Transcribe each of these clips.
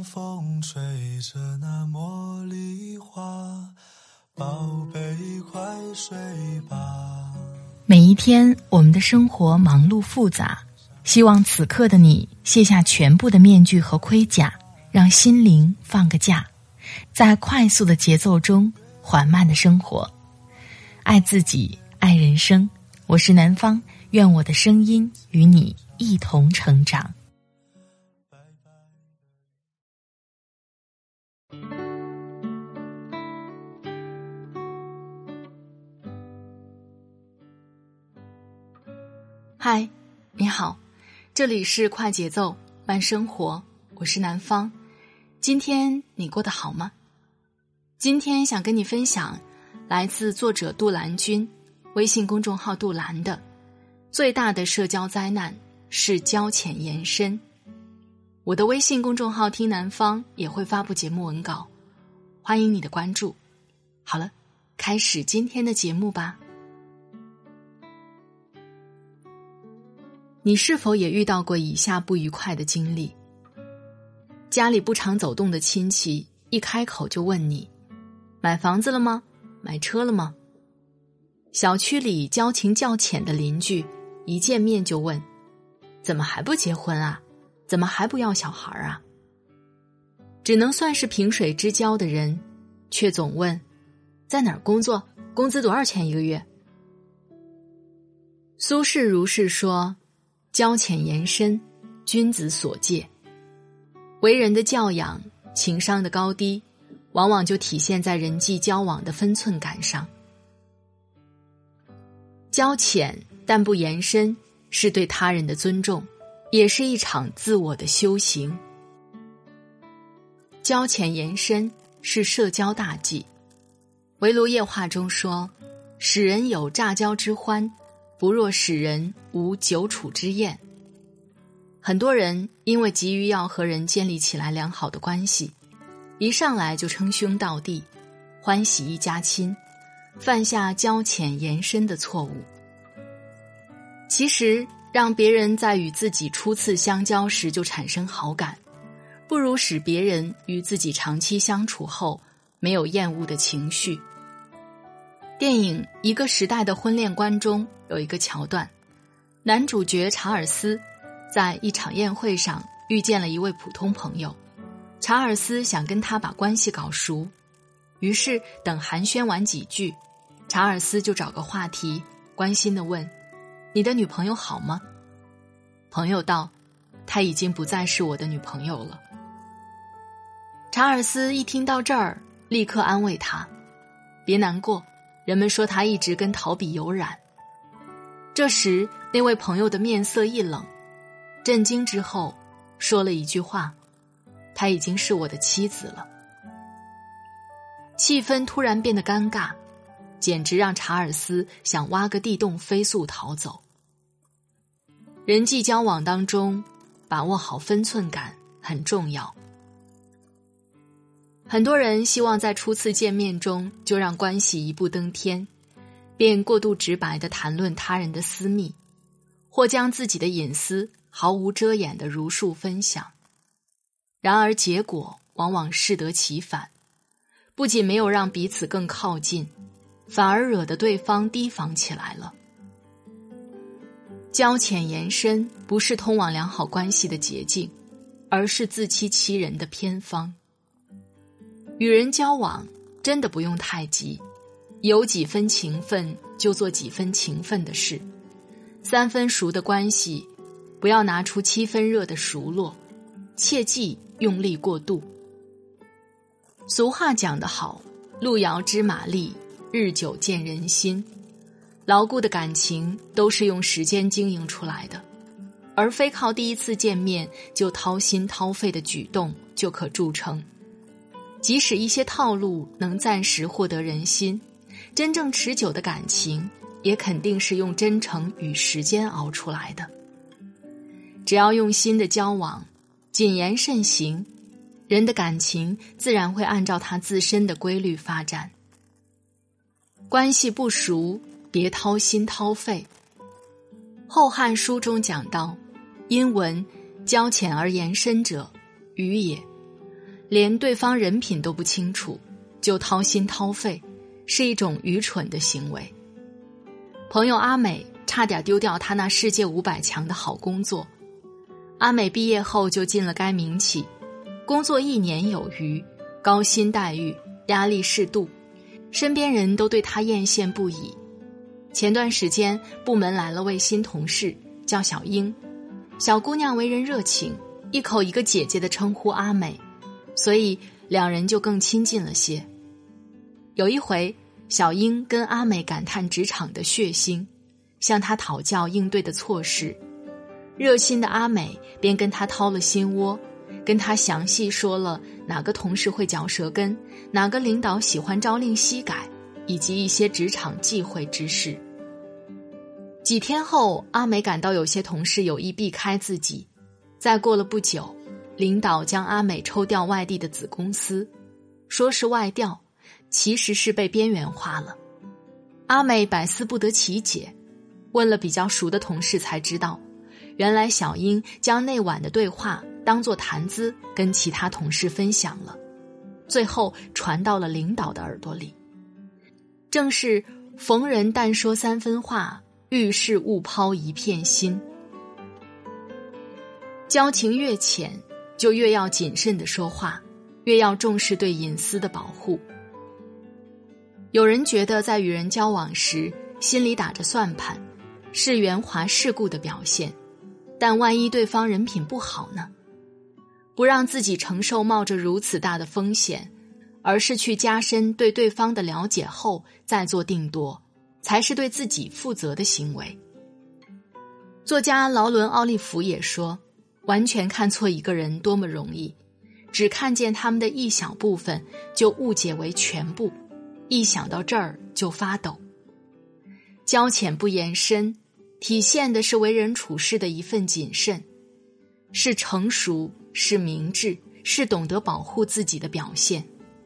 风吹着那茉莉花，宝贝快睡吧。 每一天我们的生活忙碌复杂，希望此刻的你卸下全部的面具和盔甲，让心灵放个假，在快速的节奏中缓慢的生活，爱自己，爱人生。我是南方，愿我的声音与你一同成长。嗨，你好，这里是快节奏慢生活，我是南方。今天你过得好吗？今天想跟你分享来自作者杜兰君，微信公众号杜兰的最大的社交灾难是交浅言深。我的微信公众号听南方也会发布节目文稿，欢迎你的关注。好了，开始今天的节目吧。你是否也遇到过以下不愉快的经历？家里不常走动的亲戚一开口就问你，买房子了吗？买车了吗？小区里交情较浅的邻居一见面就问，怎么还不结婚啊？怎么还不要小孩啊？只能算是萍水之交的人，却总问，在哪儿工作？工资多少钱一个月？苏轼如是说，交浅言深，君子所戒。为人的教养，情商的高低，往往就体现在人际交往的分寸感上。交浅但不言深，是对他人的尊重，也是一场自我的修行。交浅言深是社交大忌。围炉夜话中说，使人有乍交之欢，不若使人无久处之厌。很多人因为急于要和人建立起来良好的关系，一上来就称兄道弟，欢喜一家亲，犯下交浅言深的错误。其实让别人在与自己初次相交时就产生好感，不如使别人与自己长期相处后没有厌恶的情绪。电影《一个时代的婚恋观》中有一个桥段，男主角查尔斯在一场宴会上遇见了一位普通朋友，查尔斯想跟他把关系搞熟，于是等寒暄完几句，查尔斯就找个话题关心地问，你的女朋友好吗？朋友道，她已经不再是我的女朋友了。查尔斯一听到这儿，立刻安慰他，别难过，人们说他一直跟逃避有染。这时那位朋友的面色一冷，震惊之后说了一句话，她已经是我的妻子了。气氛突然变得尴尬，简直让查尔斯想挖个地洞飞速逃走。人际交往当中，把握好分寸感很重要。很多人希望在初次见面中就让关系一步登天，便过度直白地谈论他人的私密，或将自己的隐私毫无遮掩地如数分享。然而结果往往适得其反，不仅没有让彼此更靠近，反而惹得对方提防起来了。交浅言深不是通往良好关系的捷径，而是自欺欺人的偏方。与人交往真的不用太急，有几分情分就做几分情分的事，3分熟的关系不要拿出7分热的熟络，切忌用力过度。俗话讲得好，路遥知马力，日久见人心。牢固的感情都是用时间经营出来的，而非靠第一次见面就掏心掏肺的举动就可铸成。即使一些套路能暂时获得人心，真正持久的感情也肯定是用真诚与时间熬出来的。只要用心的交往，谨言慎行，人的感情自然会按照它自身的规律发展。关系不熟，别掏心掏肺。后汉书中讲到，因闻交浅而言深者，愚也。 连对方人品都不清楚，就掏心掏肺，是一种愚蠢的行为。朋友阿美差点丢掉她那世界500强的好工作。阿美毕业后就进了该民企，工作1年有余，高薪待遇，压力适度，身边人都对她艳羡不已。前段时间部门来了位新同事，叫小英。小姑娘为人热情，一口一个姐姐的称呼阿美，所以两人就更亲近了些。有一回，小英跟阿美感叹职场的血腥，向她讨教应对的措施。热心的阿美便跟她掏了心窝，跟她详细说了哪个同事会嚼舌根，哪个领导喜欢朝令夕改，以及一些职场忌讳之事。几天后，阿美感到有些同事有意避开自己。再过了不久，领导将阿美抽调外地的子公司，说是外调，其实是被边缘化了。阿美百思不得其解，问了比较熟的同事才知道，原来小英将那晚的对话当作谈资跟其他同事分享了，最后传到了领导的耳朵里。正是逢人但说3分话，遇事勿抛一片心。交情越浅，就越要谨慎地说话，越要重视对隐私的保护。有人觉得在与人交往时，心里打着算盘，是圆滑世故的表现，但万一对方人品不好呢？不让自己承受冒着如此大的风险，而是去加深对对方的了解后再做定夺，才是对自己负责的行为。作家劳伦·奥利弗也说，完全看错一个人多么容易，只看见他们的一小部分就误解为全部，一想到这儿就发抖。交浅不言深，体现的是为人处事的一份谨慎，是成熟，是明智，是懂得保护自己的表现。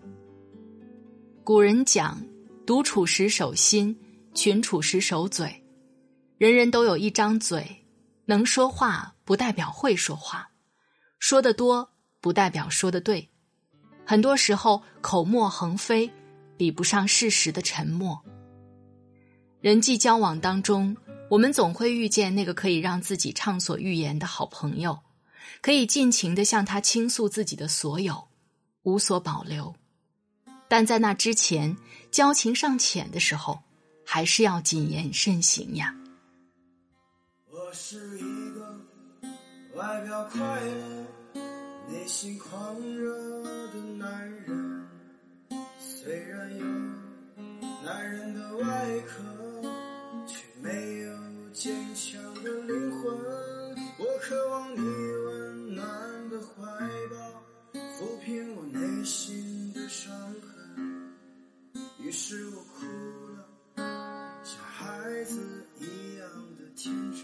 古人讲，独处时守心，群处时守嘴。人人都有一张嘴，能说话不代表会说话，说得多不代表说得对。很多时候口沫横飞，比不上适时的沉默。人际交往当中，我们总会遇见那个可以让自己畅所欲言的好朋友，可以尽情地向他倾诉自己的所有，无所保留。但在那之前，交情尚浅的时候，还是要谨言慎行呀。 我是一个外表快乐内心狂热的男人，虽然有男人的外壳，却没有坚强的灵魂。我渴望你温暖的怀抱，抚平我内心的伤痕。于是我哭了，像孩子一样的天真。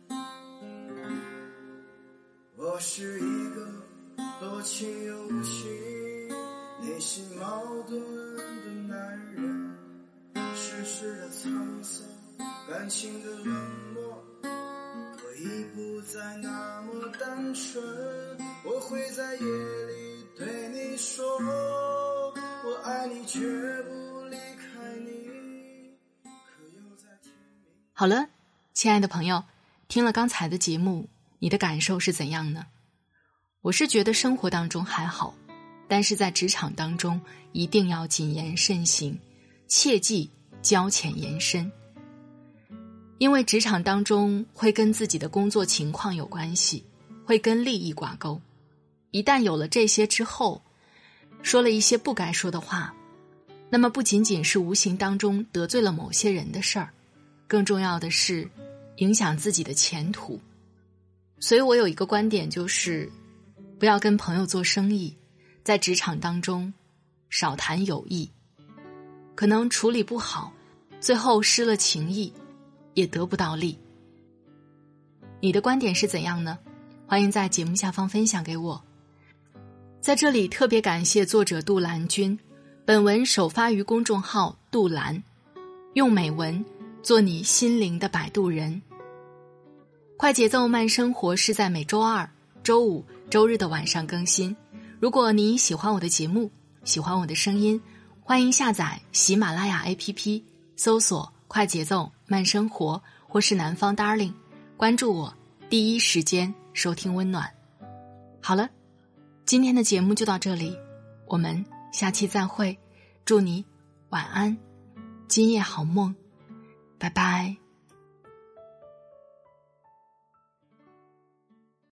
我是一个多情又无情，内心矛盾的男人，世事的沧桑，感情的冷漠，可以不再那么单纯。我会在夜里对你说，我爱你，绝不离开你。可又在天明。 好了，亲爱的朋友，听了刚才的节目，你的感受是怎样呢？我是觉得生活当中还好，但是在职场当中一定要谨言慎行，切忌交浅言深。因为职场当中会跟自己的工作情况有关系，会跟利益挂钩。一旦有了这些之后，说了一些不该说的话，那么不仅仅是无形当中得罪了某些人的事儿，更重要的是影响自己的前途。所以我有一个观点，就是不要跟朋友做生意，在职场当中少谈友谊，可能处理不好，最后失了情谊，也得不到利。你的观点是怎样呢？欢迎在节目下方分享给我。在这里特别感谢作者杜兰君，本文首发于公众号杜兰，用美文做你心灵的摆渡人。快节奏慢生活是在每周二、周五、周日的晚上更新。 如果你喜欢我的节目，喜欢我的声音，欢迎下载喜马拉雅 APP， 搜索快节奏慢生活或是南方 Darling， 关注我，第一时间收听温暖。好了，今天的节目就到这里，我们下期再会，祝你晚安，今夜好梦，拜拜。